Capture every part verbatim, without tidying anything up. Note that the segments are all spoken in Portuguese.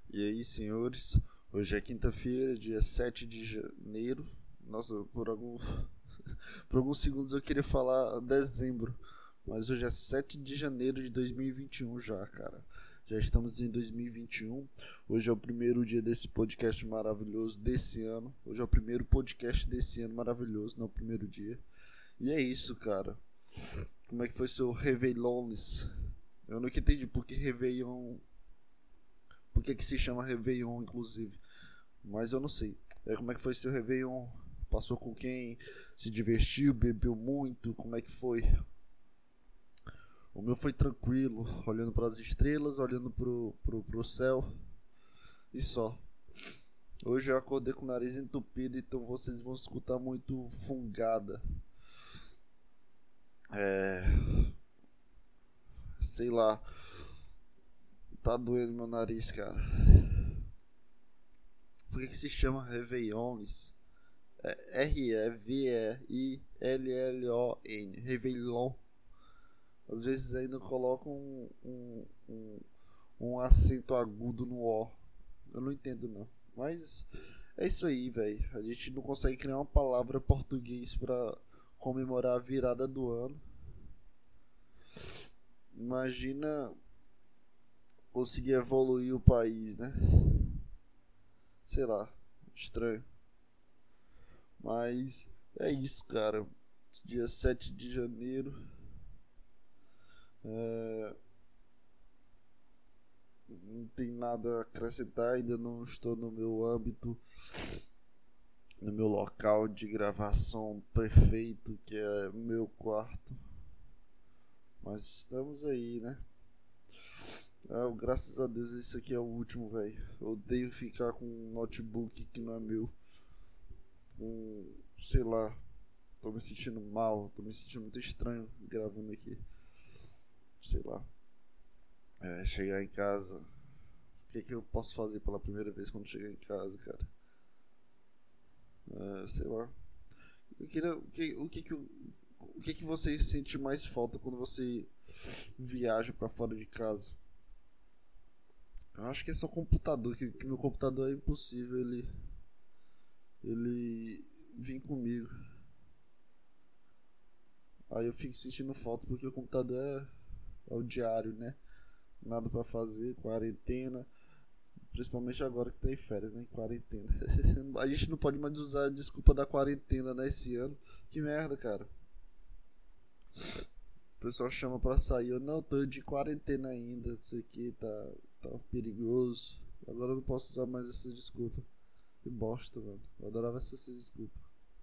E aí, senhores, hoje é quinta-feira, dia sete de janeiro. Nossa, por algum, por alguns segundos eu queria falar dezembro, mas hoje é sete de janeiro de dois mil e vinte e um já, cara. Já estamos em dois mil e vinte e um. Hoje é o primeiro dia desse podcast maravilhoso desse ano. Hoje é o primeiro podcast desse ano maravilhoso, não o primeiro dia. E é isso, cara. Como é que foi seu Réveillon? Eu nunca entendi por que Réveillon. Por que que se chama Réveillon, inclusive. Mas eu não sei. É, como é que foi seu Réveillon? Passou com quem? Se divertiu? Bebeu muito? Como é que foi? O meu foi tranquilo, olhando para as estrelas, olhando pro, pro, pro céu e só. Hoje eu acordei com o nariz entupido, então vocês vão escutar muito fungada. É. Sei lá. Tá doendo meu nariz, cara. Por que, que se chama Réveillons? É R E V E I L L O N. Réveillon. Às vezes ainda colocam um, um, um, um acento agudo no O. Eu não entendo não. Mas é isso aí, velho. A gente não consegue criar uma palavra português pra comemorar a virada do ano. Imagina conseguir evoluir o país, né? Sei lá, estranho. Mas é isso, cara. Dia sete de janeiro. É, não tem nada a acrescentar, ainda não estou no meu âmbito, no meu local de gravação perfeito, que é meu quarto. Mas estamos aí, né? Ah, graças a Deus esse aqui é o último, velho. Odeio ficar com um notebook que não é meu. Com, sei lá, tô me sentindo mal, tô me sentindo muito estranho gravando aqui. Sei lá. É, chegar em casa. O que, que eu posso fazer pela primeira vez quando chegar em casa, cara? É, sei lá. Eu queria. O que, o que, que, o, o que, que você sente mais falta quando você viaja pra fora de casa? Eu acho que é só o computador, que, que meu computador é impossível ele. Ele vir comigo. Aí eu fico sentindo falta porque o computador é, é o diário, né? Nada pra fazer, quarentena. Principalmente agora que tá em férias, né? Em quarentena. A gente não pode mais usar a desculpa da quarentena, né? Esse ano. Que merda, cara. O pessoal chama pra sair. Eu não, tô de quarentena ainda. Isso aqui tá, tá perigoso. Agora eu não posso usar mais essa desculpa. Que bosta, mano. Eu adorava essa, essa desculpa.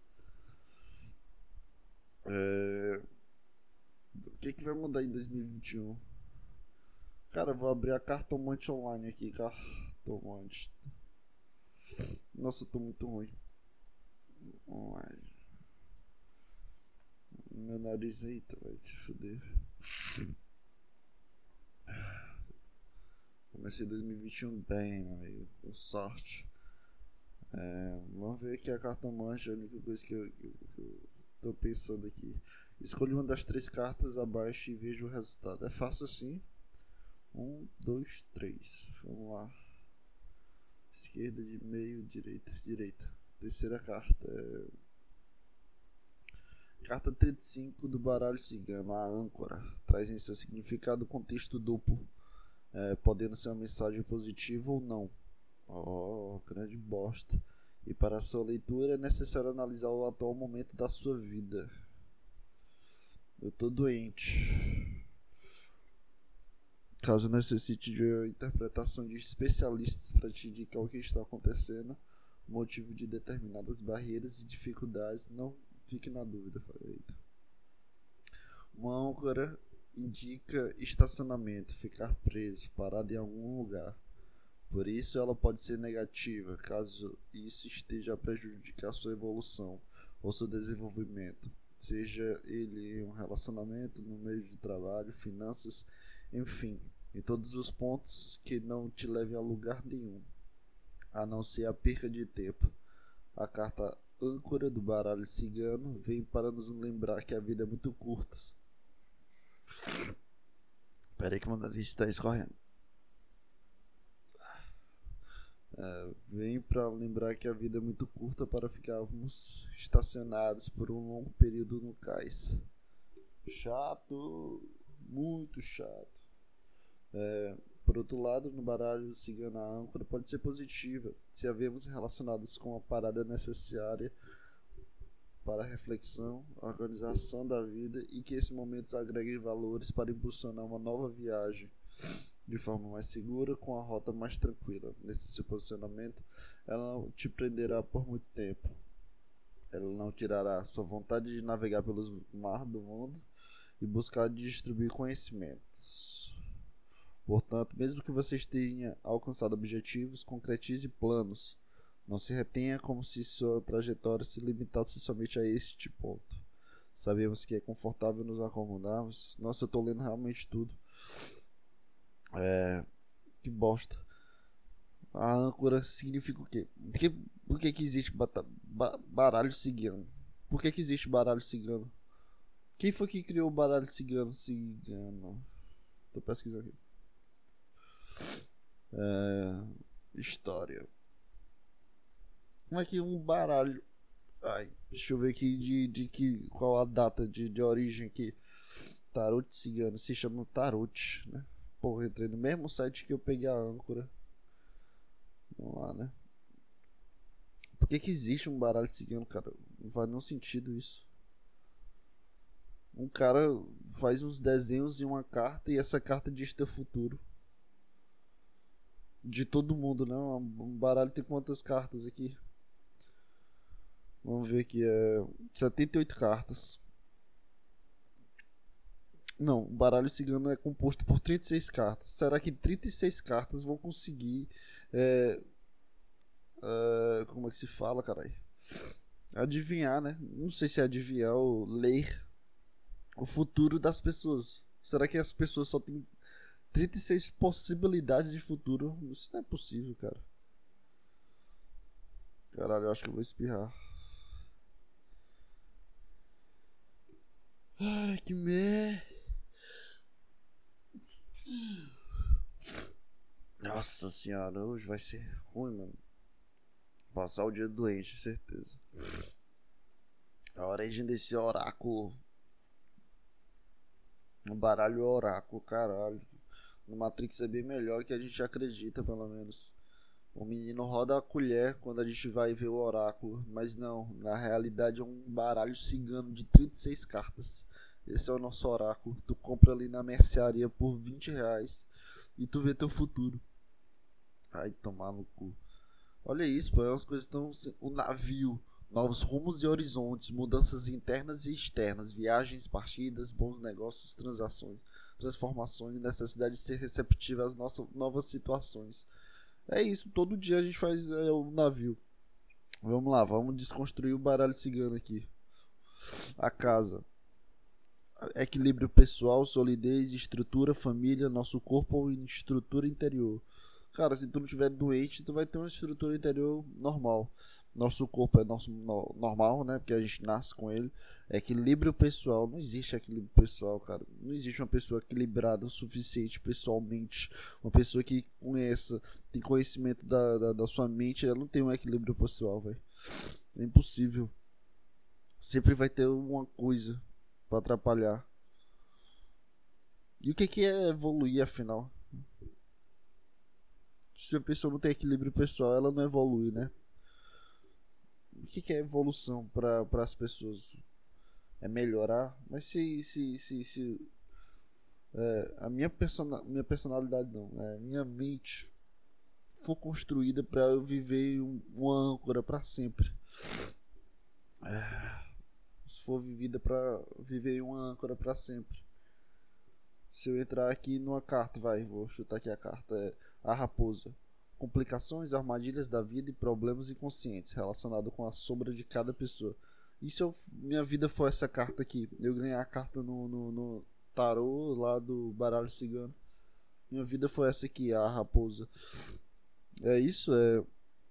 É... O que, que vai mudar em dois mil e vinte e um? Cara, eu vou abrir a cartomante online aqui. Cartomante. Nossa, eu tô muito ruim. Online. Meu nariz, eita, vai se fuder. Comecei dois mil e vinte e um bem, amigo, com sorte. É, vamos ver aqui a cartomante, a única coisa que eu, que, eu, que eu tô pensando aqui. Escolhi uma das três cartas abaixo e vejo o resultado. É fácil assim. Um, dois, três. Vamos lá. Esquerda, de meio, direita, direita. Terceira carta. É... Carta trinta e cinco do baralho cigano, a âncora. Traz em seu significado contexto duplo. É, podendo ser uma mensagem positiva ou não. Oh, grande bosta. E para sua leitura é necessário analisar o atual momento da sua vida. Eu tô doente. Caso necessite de uma interpretação de especialistas para te indicar o que está acontecendo, o motivo de determinadas barreiras e dificuldades, não fique na dúvida. Eita. Uma âncora indica estacionamento, ficar preso, parado em algum lugar. Por isso ela pode ser negativa, caso isso esteja a prejudicar sua evolução ou seu desenvolvimento, seja ele em um relacionamento, no meio de trabalho, finanças, enfim, em todos os pontos que não te levem a lugar nenhum, a não ser a perca de tempo. A carta âncora do baralho cigano vem para nos lembrar que a vida é muito curta. Peraí que meu nariz está escorrendo. Vem pra lembrar que a vida é muito curta para ficarmos estacionados por um longo período no cais. Chato, muito chato. É, por outro lado, no baralho cigano, a âncora pode ser positiva se a vemos relacionados com a parada necessária para a reflexão, a organização da vida e que esses momentos agreguem valores para impulsionar uma nova viagem de forma mais segura, com a rota mais tranquila. Nesse seu posicionamento, ela não te prenderá por muito tempo. Ela não tirará a sua vontade de navegar pelos mares do mundo e buscar distribuir conhecimentos. Portanto, mesmo que você tenha alcançado objetivos, concretize planos. Não se retenha como se sua trajetória se limitasse somente a este ponto. Sabemos que é confortável nos acomodarmos. Nossa, eu tô lendo realmente tudo. É... Que bosta. A âncora significa o quê? Por que, por que, que existe bata, ba, baralho cigano? Por que, que existe baralho cigano? Quem foi que criou o baralho cigano? Cigano. Tô pesquisando aqui. É... História. Como é que um baralho. Ai, deixa eu ver aqui de, de que, qual a data de, de origem aqui. Tarot cigano. Se chama Tarot, né? Porra, entrei no mesmo site que eu peguei a âncora. Vamos lá, né? Por que que existe um baralho cigano, cara? Não faz nenhum sentido isso. Um cara faz uns desenhos de uma carta e essa carta diz teu futuro. De todo mundo, né? Um baralho tem quantas cartas aqui? Vamos ver aqui, é setenta e oito cartas. Não, o baralho cigano é composto por trinta e seis cartas. Será que trinta e seis cartas vão conseguir... É, é, como é que se fala, caralho? Adivinhar, né? Não sei se é adivinhar ou ler o futuro das pessoas. Será que as pessoas só têm trinta e seis possibilidades de futuro? Isso não é possível, cara. Caralho, eu acho que eu vou espirrar. Ai, que merda. Nossa senhora, hoje vai ser ruim, mano. Passar o dia doente, certeza. A origem desse oráculo. Um baralho oráculo, caralho. No Matrix é bem melhor que a gente acredita, pelo menos. O menino roda a colher quando a gente vai ver o oráculo. Mas não, na realidade é um baralho cigano de trinta e seis cartas. Esse é o nosso oráculo. Tu compra ali na mercearia por vinte reais e tu vê teu futuro. Ai, tomar no cu. Olha isso, pô, as coisas estão... O navio, novos rumos e horizontes, mudanças internas e externas, viagens, partidas, bons negócios, transações, transformações, necessidade de ser receptivo às nossas novas situações. É isso, todo dia a gente faz é, o navio. Vamos lá, vamos desconstruir o baralho cigano aqui. A casa. Equilíbrio pessoal, solidez, estrutura, família, nosso corpo e estrutura interior. Cara, se tu não estiver doente, tu vai ter uma estrutura interior normal. Nosso corpo é nosso no, normal, né? Porque a gente nasce com ele. Equilíbrio pessoal. Não existe equilíbrio pessoal, cara. Não existe uma pessoa equilibrada o suficiente pessoalmente. Uma pessoa que conheça, tem conhecimento da, da, da sua mente, ela não tem um equilíbrio pessoal, velho. É impossível. Sempre vai ter uma coisa pra atrapalhar. E o que, que é evoluir, afinal? Se a pessoa não tem equilíbrio pessoal, ela não evolui, né? O que, que é evolução para as pessoas? É melhorar? Mas se, se, se, se é, a minha, persona, minha personalidade não, é, minha mente for construída para eu viver um, uma âncora para sempre. É, se for vivida para viver uma âncora para sempre. Se eu entrar aqui numa carta, vai, vou chutar aqui a carta, é a raposa. Complicações, armadilhas da vida e problemas inconscientes relacionados com a sombra de cada pessoa. E se eu, minha vida for essa carta aqui, eu ganhar a carta no, no, no tarô lá do baralho cigano, minha vida foi essa aqui, a raposa. É isso, é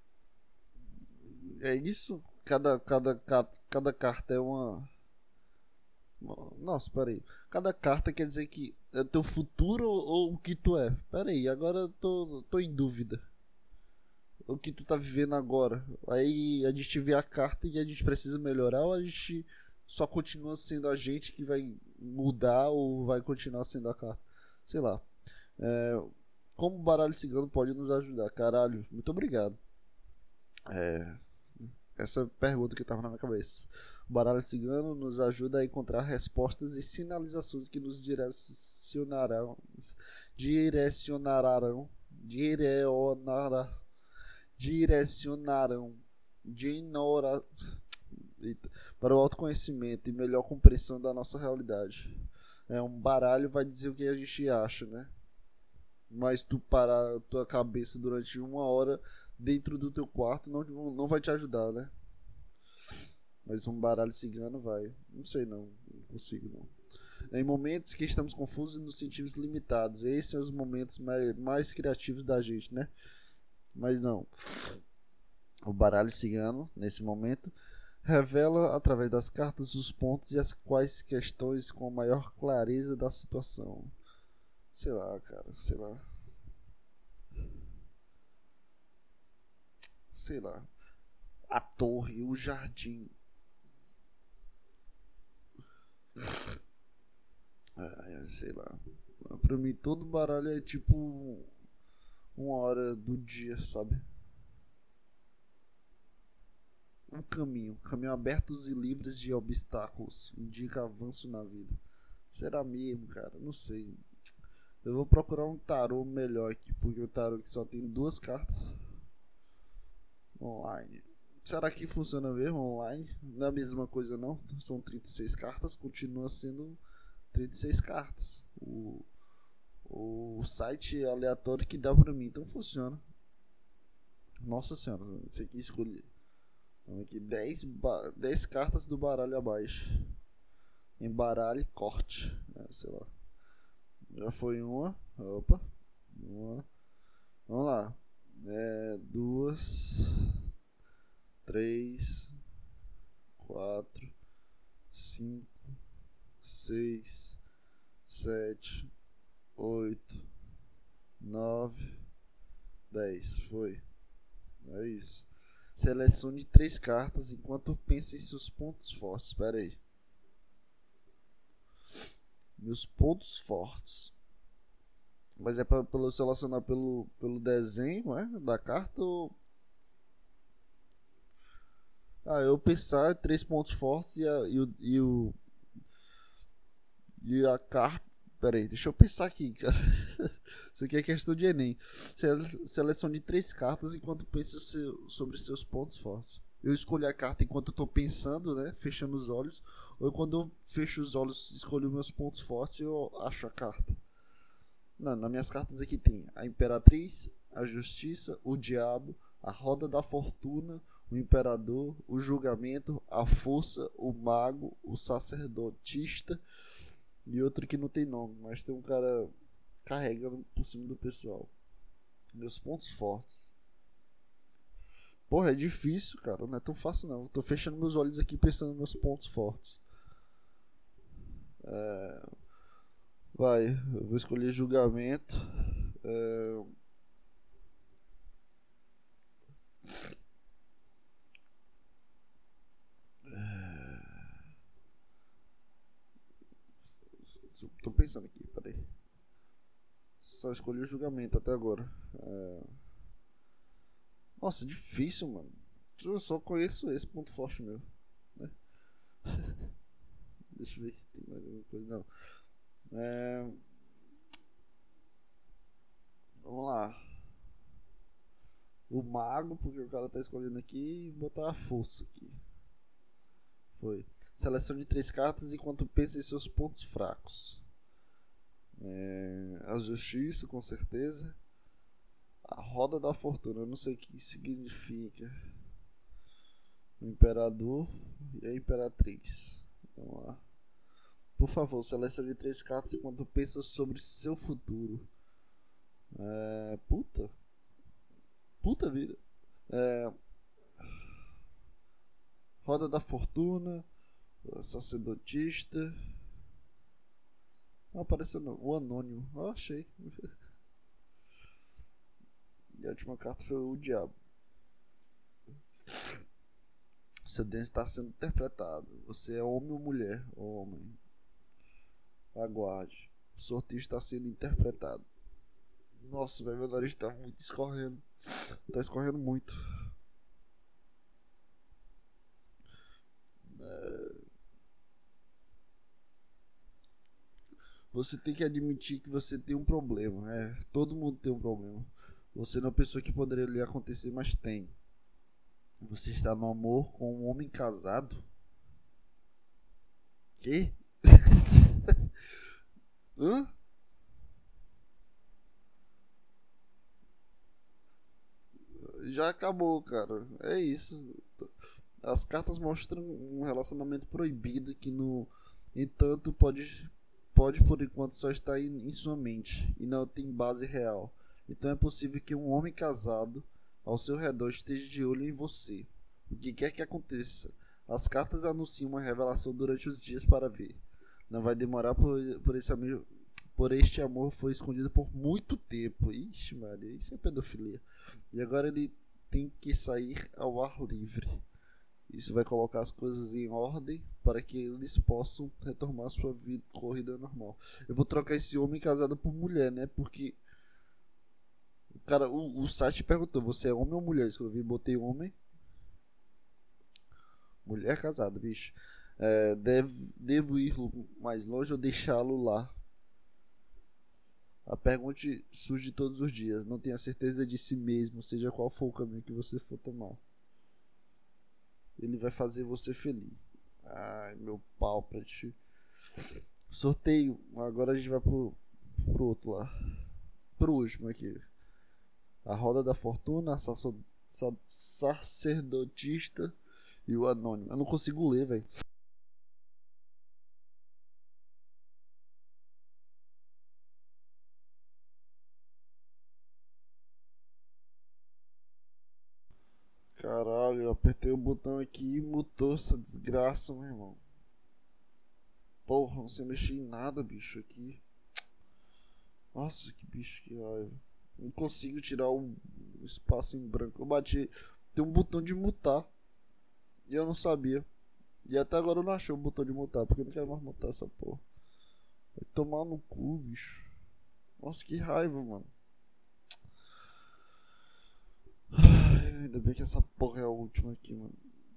é isso. Cada, cada, cada, cada carta é uma... Nossa, peraí. Cada carta quer dizer que é teu futuro ou o que tu é? Peraí, agora eu tô, tô em dúvida. o que tu tá vivendo agora? Aí a gente vê a carta e a gente precisa melhorar, ou a gente só continua sendo a gente que vai mudar, ou vai continuar sendo a carta? Sei lá. É, como o baralho cigano pode nos ajudar? Caralho, muito obrigado. É, essa pergunta que tava na minha cabeça. O baralho cigano nos ajuda a encontrar respostas e sinalizações que nos direcionarão, direcionarão, direcionarão, direcionarão, genora, eita, para o autoconhecimento e melhor compreensão da nossa realidade. É, um baralho vai dizer o que a gente acha, né? Mas tu parar a tua cabeça durante uma hora dentro do teu quarto não, não vai te ajudar, né? Mas um baralho cigano vai. Não sei não, não consigo não. Em momentos que estamos confusos e nos sentimos limitados. Esses são os momentos mais, mais criativos da gente, né? Mas não. O baralho cigano, nesse momento, revela através das cartas os pontos e as quais questões com a maior clareza da situação. Sei lá, cara, sei lá. Sei lá. A torre, o jardim. Ah, sei lá. Pra mim, todo baralho é tipo uma hora do dia, sabe? Um caminho. Caminho abertos e livres de obstáculos. Indica avanço na vida. Será mesmo, cara? Não sei. Eu vou procurar um tarô melhor aqui, porque o tarô aqui só tem duas cartas online. Será que funciona mesmo online? Não é a mesma coisa não? São trinta e seis cartas, continua sendo trinta e seis cartas. O, o site aleatório que dá pra mim, então funciona. Nossa senhora, esse aqui escolhi. Aqui dez, dez cartas do baralho abaixo. Embaralhe e corte. É, sei lá. Já foi uma. Opa. Uma. Vamos lá. É, duas. Três. Quatro. Cinco. Seis. Sete. Oito. Nove. Dez. Foi. É isso. Selecione três cartas enquanto pensa em seus pontos fortes. Espera aí. Meus pontos fortes. Mas é para pelo selecionar pelo, pelo desenho, é? Da carta ou... Ah, eu pensar três pontos fortes e a, e o, e o e a carta. Pera aí, deixa eu pensar aqui, cara. Isso aqui é questão de Enem. Selecione três cartas enquanto pensa seu, sobre seus pontos fortes. Eu escolho a carta enquanto eu tô pensando, né? Fechando os olhos. Ou quando eu fecho os olhos, escolho meus pontos fortes e eu acho a carta. Não, nas minhas cartas aqui tem a Imperatriz, a Justiça, o Diabo, a Roda da Fortuna, o Imperador, o Julgamento, a Força, o Mago, o Sacerdotista e outro que não tem nome, mas tem um cara carregando por cima do pessoal. Meus pontos fortes. Porra, é difícil, cara. Não é tão fácil não. Tô fechando meus olhos aqui pensando nos meus pontos fortes. É... Vai, eu vou escolher julgamento. É... Tô pensando aqui, peraí. Só escolhi o julgamento até agora. É... Nossa, difícil, mano. Eu só conheço esse ponto forte meu, né? Deixa eu ver se tem mais alguma coisa. Não. É... Vamos lá. O mago, porque o cara tá escolhendo aqui, e botar a força aqui. Foi. Seleção de três cartas enquanto pensa em seus pontos fracos. É... A justiça, com certeza. A roda da fortuna, eu não sei o que significa. O imperador e a imperatriz. Vamos lá. Por favor, selecione três cartas enquanto pensa sobre seu futuro. É... Puta. Puta vida. É... Roda da Fortuna. Sacerdotista. Não apareceu não. O Anônimo. Ah, achei. E a última carta foi o Diabo. Seu destino está sendo interpretado. Você é homem ou mulher? Homem. Aguarde. O sorteio está sendo interpretado. Nossa, velho, meu nariz tá muito escorrendo. Tá escorrendo muito. É... Você tem que admitir que você tem um problema. É, todo mundo tem um problema. Você não é uma pessoa que poderia lhe acontecer, mas tem. Você está no amor com um homem casado? Que? Hã? Já acabou, cara. É isso. As cartas mostram um relacionamento proibido que, no entanto, pode, pode por enquanto só estar em, em sua mente e não tem base real. Então é possível que um homem casado ao seu redor esteja de olho em você. O que quer que aconteça, as cartas anunciam uma revelação durante os dias para ver. Não vai demorar por, por esse amigo. Por este amor foi escondido por muito tempo. Ixi, Maria, isso é pedofilia. E agora ele tem que sair ao ar livre. Isso vai colocar as coisas em ordem para que eles possam retomar sua vida corrida normal. Eu vou trocar esse homem casado por mulher, né? Porque o cara, o, o site perguntou: você é homem ou mulher? Eu escrevi, botei homem. Mulher casada, bicho. É, devo, devo ir mais longe ou deixá-lo lá? A pergunta surge todos os dias. Não tenha certeza de si mesmo, seja qual for o caminho que você for tomar. Ele vai fazer você feliz. Ai, meu pau pra ti. Sorteio. Agora a gente vai pro, pro outro lá. Pro último aqui. A roda da fortuna, a sacerdotista e o anônimo. Eu não consigo ler, velho. Caralho, eu apertei o botão aqui e mutou essa desgraça, meu irmão. Porra, não sei mexer em nada, bicho, aqui. Nossa, que bicho, que raiva. Não consigo tirar o espaço em branco. Eu bati. Tem um botão de mutar. E eu não sabia. E até agora eu não achei o botão de mutar. Porque eu não quero mais mutar essa porra. Vai tomar no cu, bicho. Nossa, que raiva, mano. Ai, ainda bem que essa porra é a última aqui, mano.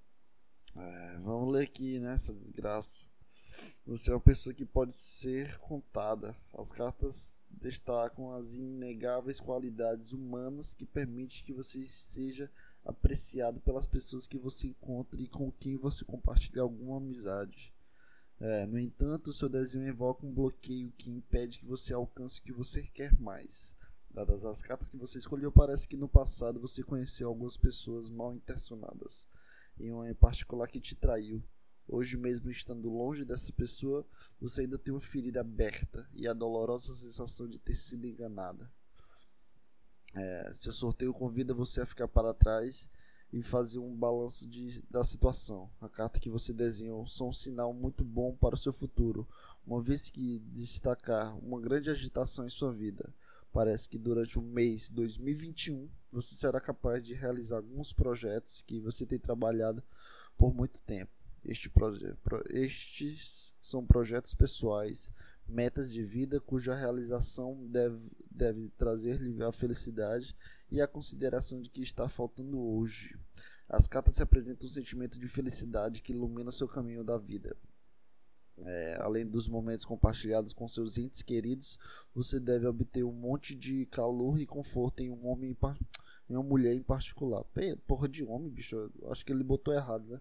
É, vamos ler aqui, né? Essa desgraça. Você é uma pessoa que pode ser contada. As cartas destacam as inegáveis qualidades humanas que permitem que você seja apreciado pelas pessoas que você encontra e com quem você compartilha alguma amizade. É, no entanto, o seu desenho evoca um bloqueio que impede que você alcance o que você quer mais. Dadas as cartas que você escolheu, parece que no passado você conheceu algumas pessoas mal intencionadas, e uma em particular que te traiu. Hoje, mesmo estando longe dessa pessoa, você ainda tem uma ferida aberta e a dolorosa sensação de ter sido enganada. É, seu sorteio convida você a ficar para trás e fazer um balanço de, da situação. A carta que você desenhou são um sinal muito bom para o seu futuro, uma vez que destacar uma grande agitação em sua vida. Parece que durante o mês dois mil e vinte e um você será capaz de realizar alguns projetos que você tem trabalhado por muito tempo. Este proje estes são projetos pessoais, metas de vida cuja realização deve, deve trazer-lhe a felicidade e a consideração de que está faltando hoje. As cartas representam um sentimento de felicidade que ilumina seu caminho da vida. É, além dos momentos compartilhados com seus entes queridos, você deve obter um monte de calor e conforto em um homem em uma mulher em particular. Porra de homem, bicho. Eu acho que ele botou errado, né?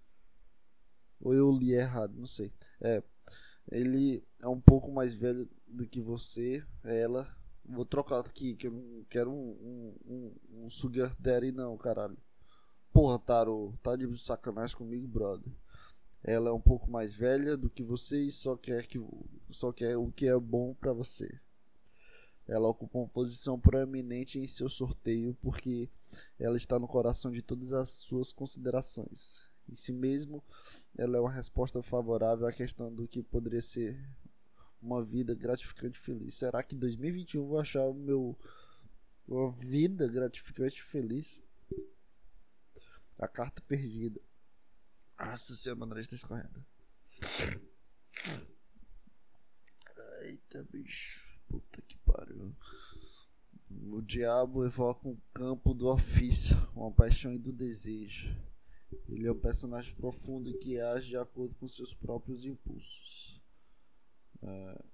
Ou eu li errado, não sei. É, ele é um pouco mais velho do que você, ela. Vou trocar aqui, que eu não quero um, um, um, um sugar daddy não, caralho. Porra, Taro, tá de sacanagem comigo, brother. Ela é um pouco mais velha do que você e só quer, que, só quer o que é bom pra você. Ela ocupa uma posição proeminente em seu sorteio porque ela está no coração de todas as suas considerações. Em si mesmo, ela é uma resposta favorável à questão do que poderia ser uma vida gratificante e feliz. Será que em dois mil e vinte e um eu vou achar o meu uma vida gratificante e feliz? A carta perdida. Nossa senhora, meu nariz tá escorrendo. Eita, bicho. Puta que pariu. O diabo evoca um campo do ofício, uma paixão e do desejo. Ele é um personagem profundo que age de acordo com seus próprios impulsos. É...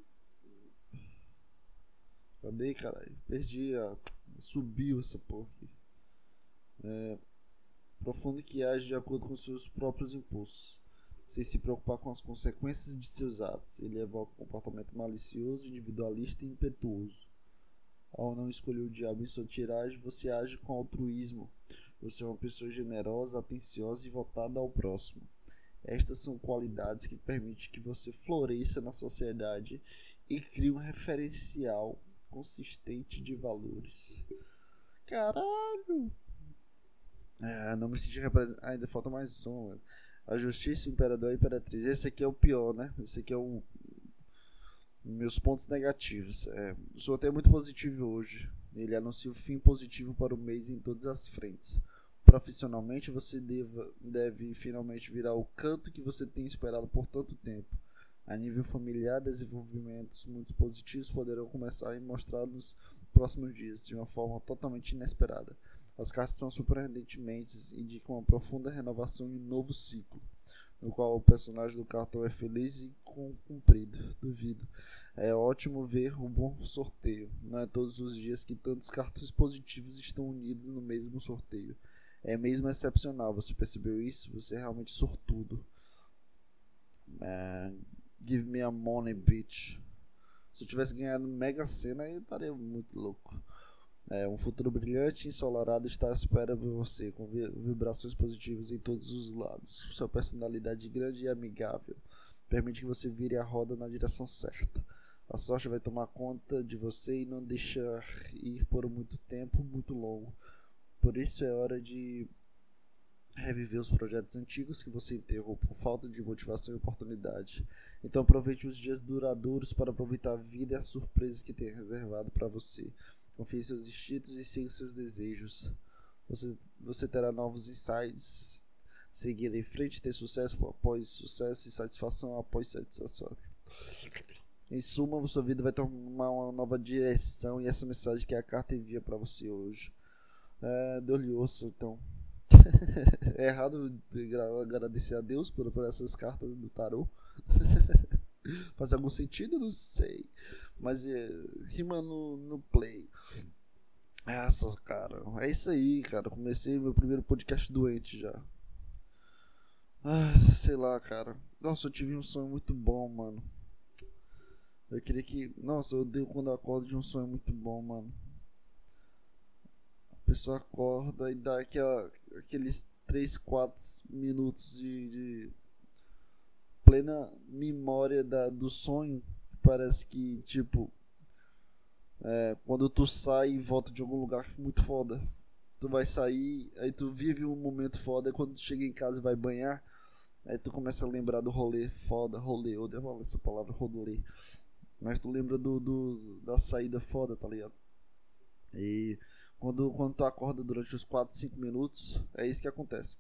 Cadê, caralho? Perdi a... Subiu essa porra aqui. É... Profundo que age de acordo com seus próprios impulsos, sem se preocupar com as consequências de seus atos. Ele evoca um comportamento malicioso, individualista e impetuoso. Ao não escolher o diabo em sua tiragem, você age com altruísmo. Você é uma pessoa generosa, atenciosa e voltada ao próximo. Estas são qualidades que permitem que você floresça na sociedade e crie um referencial consistente de valores. Caralho! É, não me senti representado. Ah, ainda falta mais um. Mano. A justiça, o imperador e a imperatriz. Esse aqui é o pior, né? Esse aqui é o... Meus pontos negativos. É, o sorteio é muito positivo hoje. Ele anuncia o fim positivo para o mês em todas as frentes. Profissionalmente, você deva, deve finalmente virar o canto que você tem esperado por tanto tempo. A nível familiar, desenvolvimentos muito positivos poderão começar a mostrar nos próximos dias, de uma forma totalmente inesperada. As cartas são surpreendentemente e indicam uma profunda renovação e um novo ciclo, no qual o personagem do cartão é feliz e cumprido. Duvido. É ótimo ver um bom sorteio. Não é todos os dias que tantos cartões positivos estão unidos no mesmo sorteio. É mesmo excepcional. Você percebeu isso? Você é realmente sortudo. Man, give me a money, bitch. Se eu tivesse ganhado Mega Sena, aí eu estaria muito louco. É, um futuro brilhante e ensolarado está à espera por você, com vibrações positivas em todos os lados. Sua personalidade grande e amigável permite que você vire a roda na direção certa. A sorte vai tomar conta de você e não deixar ir por muito tempo, muito longo. Por isso é hora de reviver os projetos antigos que você enterrou por falta de motivação e oportunidade. Então aproveite os dias duradouros para aproveitar a vida e as surpresas que tem reservado para você. Confie em seus instintos e siga seus desejos. Você, você terá novos insights. Seguir em frente, ter sucesso após sucesso e satisfação após satisfação. Em suma, sua vida vai tomar uma nova direção e essa mensagem que a carta envia para você hoje. É, Deus-lhe ouça, então. É errado agradecer a Deus por, por essas cartas do tarô. Faz algum sentido? Não sei. Mas é, rima no, no play. Essa, cara. É isso aí, cara. Comecei meu primeiro podcast doente já. Ah, sei lá, cara. Nossa, eu tive um sonho muito bom, mano. Eu queria que... Nossa, eu odeio quando eu acordo de um sonho muito bom, mano. A pessoa acorda e dá aquela, aqueles três, quatro minutos de... de plena memória da, do sonho. Parece que, tipo, é, quando tu sai e volta de algum lugar muito foda, tu vai sair, aí tu vive um momento foda, e quando tu chega em casa e vai banhar, aí tu começa a lembrar do rolê foda, rolê, eu odeio falar essa palavra, rolê, mas tu lembra do, do, da saída foda, tá ligado? E quando, quando tu acorda durante os quatro, cinco minutos, é isso que acontece.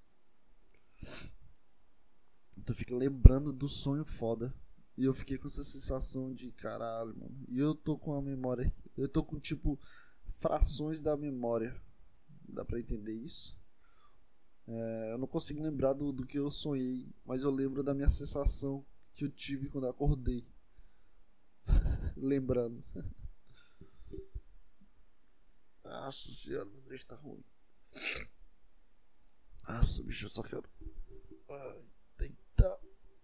Tu fica lembrando do sonho foda. E eu fiquei com essa sensação de caralho, mano. E eu tô com a memória. Eu tô com tipo frações da memória. Dá pra entender isso? É, eu não consigo lembrar do, do que eu sonhei. Mas eu lembro da minha sensação que eu tive quando eu acordei. Lembrando. Nossa senhora, meu Deus, tá ruim. Nossa, bicho, eu só quero. Ai, deitar.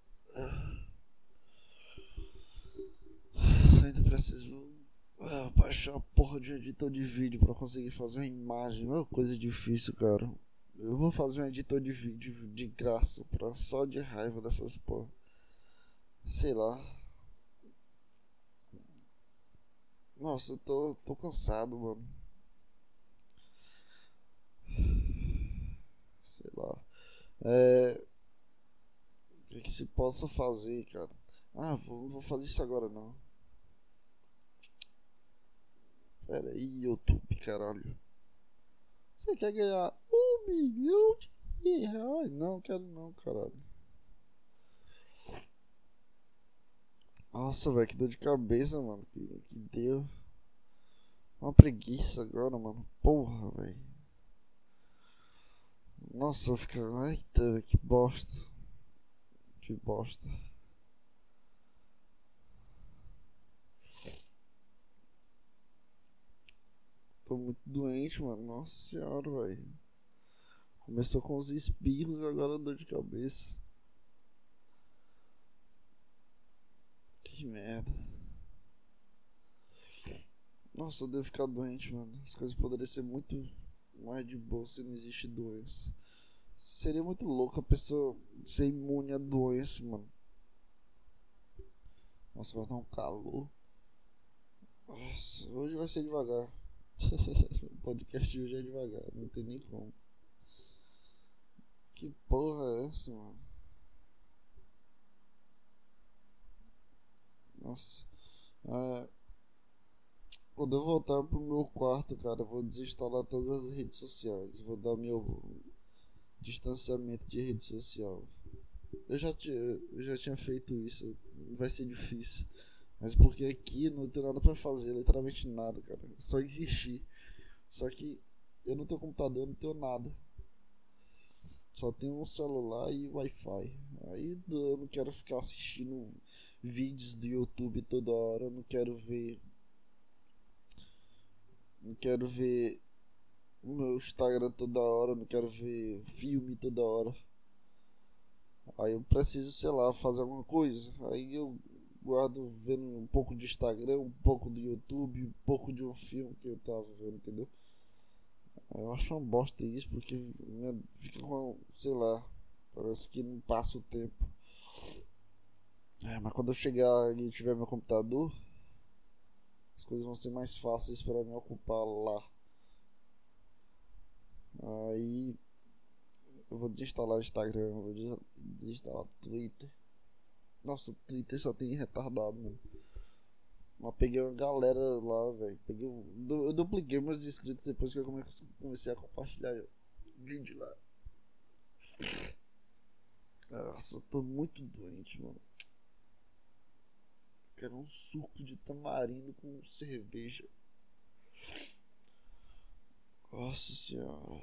Ainda preciso ah, baixar a porra de editor de vídeo pra conseguir fazer uma imagem. Não é coisa difícil, cara. Eu vou fazer um editor de vídeo de graça, pra, só de raiva dessas porra. Sei lá. Nossa, eu tô, tô cansado, mano. Sei lá. É. O que, que se possa fazer, cara? Ah, vou, não vou fazer isso agora não. Pera aí, YouTube, caralho. Você quer ganhar um milhão de Ih, ai, não, quero não, caralho. Nossa, velho, que dor de cabeça, mano. Que, que deu. Uma preguiça agora, mano. Porra, velho. Nossa, eu fico. Eita, que bosta. Que bosta. Tô muito doente, mano. Nossa senhora, velho. Começou com os espirros e agora dor de cabeça. Que merda. Nossa, eu devo ficar doente, mano. As coisas poderiam ser muito mais de boa se não existe doença. Seria muito louco a pessoa ser imune à doença, mano. Nossa, vai dar um calor. Nossa, hoje vai ser devagar. O podcast de hoje é devagar, não tem nem como. Que porra é essa, mano? Nossa. É, quando eu voltar pro meu quarto, cara, eu vou desinstalar todas as redes sociais. Vou dar meu distanciamento de rede social. Eu já, tinha, eu já tinha feito isso. Vai ser difícil. Mas porque aqui não tem nada pra fazer, literalmente nada, cara. Só existir. Só que eu não tenho computador, não tenho nada. Só tenho um celular e Wi-Fi. Aí eu não quero ficar assistindo vídeos do YouTube toda hora. Eu não quero ver. Não quero ver o meu Instagram toda hora. Eu não quero ver filme toda hora. Aí eu preciso, sei lá, fazer alguma coisa. Aí eu guardo vendo um pouco de Instagram, um pouco do YouTube, um pouco de um filme que eu tava vendo, entendeu? Eu acho uma bosta isso, porque né, fica com, sei lá, parece que não passa o tempo. É, mas quando eu chegar e tiver meu computador, as coisas vão ser mais fáceis para me ocupar lá. Aí eu vou desinstalar o Instagram, vou desinstalar o Twitter. Nossa, o Twitter só tem retardado, mano. Mas peguei uma galera lá, velho. Peguei um, eu dupliquei meus inscritos depois que eu comecei a compartilhar vídeo lá. Nossa, eu tô muito doente, mano. Quero um suco de tamarindo com cerveja. Nossa senhora.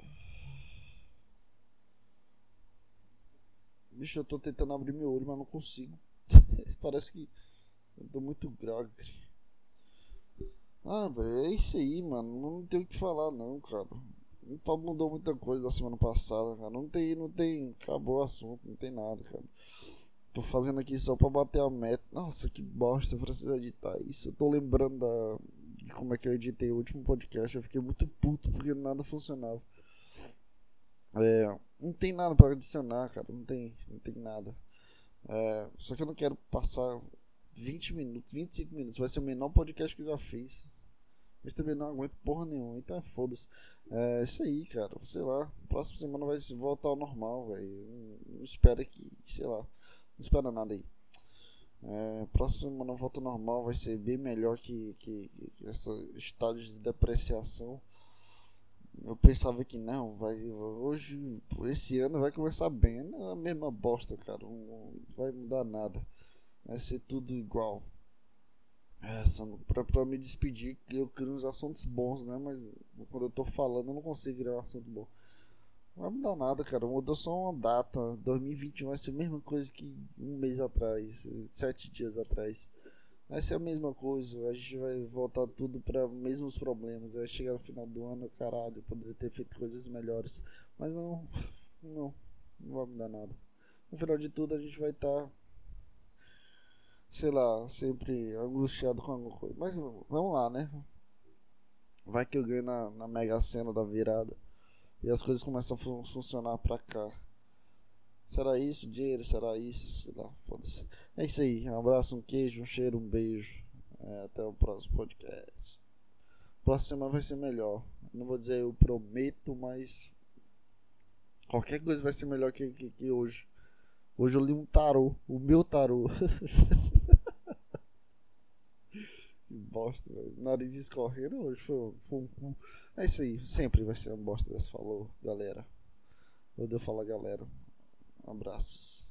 Bicho, eu tô tentando abrir meu olho, mas não consigo. Parece que eu tô muito grogre. Ah, velho, é isso aí, mano. Não tem o que falar, não, cara. Não mudou muita coisa da semana passada, cara. Não tem, não tem. Acabou o assunto, não tem nada, cara. Tô fazendo aqui só pra bater a meta. Nossa, que bosta, eu preciso editar isso. Eu tô lembrando da, de como é que eu editei o último podcast. Eu fiquei muito puto porque nada funcionava. É, não tem nada pra adicionar, cara. Não tem, não tem nada. É, só que eu não quero passar vinte minutos, vinte e cinco minutos. Vai ser o menor podcast que eu já fiz. Mas também não aguento porra nenhuma. Então é foda-se. É isso aí, cara. Sei lá. Próxima semana vai voltar ao normal, velho. Não, não espera que, sei lá. Não espera nada aí. É, próxima semana volta ao normal. Vai ser bem melhor que, que, que essa estágio de depreciação. Eu pensava que não, vai, hoje, esse ano vai começar bem. Não é a mesma bosta, cara. Não vai mudar nada. Vai ser tudo igual. É, pra, pra me despedir, eu crio uns assuntos bons, né? Mas quando eu tô falando, eu não consigo criar um assunto bom. Não vai mudar nada, cara. Mudou só uma data. dois mil e vinte e um vai ser a mesma coisa que um mês atrás, sete dias atrás. Vai ser a mesma coisa, a gente vai voltar tudo para mesmos problemas. Vai chegar no final do ano, caralho, poderia ter feito coisas melhores. Mas não, não, não vai mudar nada. No final de tudo, a gente vai estar, tá, sei lá, sempre angustiado com alguma coisa. Mas vamos lá, né? Vai que eu ganho na, na Mega Sena da virada e as coisas começam a fun- funcionar pra cá. Será isso, dinheiro? Será isso? Sei lá, foda-se. É isso aí. Um abraço, um queijo, um cheiro, um beijo. É, até o próximo podcast. Próxima semana vai ser melhor. Não vou dizer eu prometo, mas qualquer coisa vai ser melhor que, que, que hoje. Hoje eu li um tarô. O meu tarô. Que bosta, velho. Nariz escorrendo hoje foi, foi um. É isso aí. Sempre vai ser uma bosta dessa. Falou, galera. Valeu, fala galera. Abraços.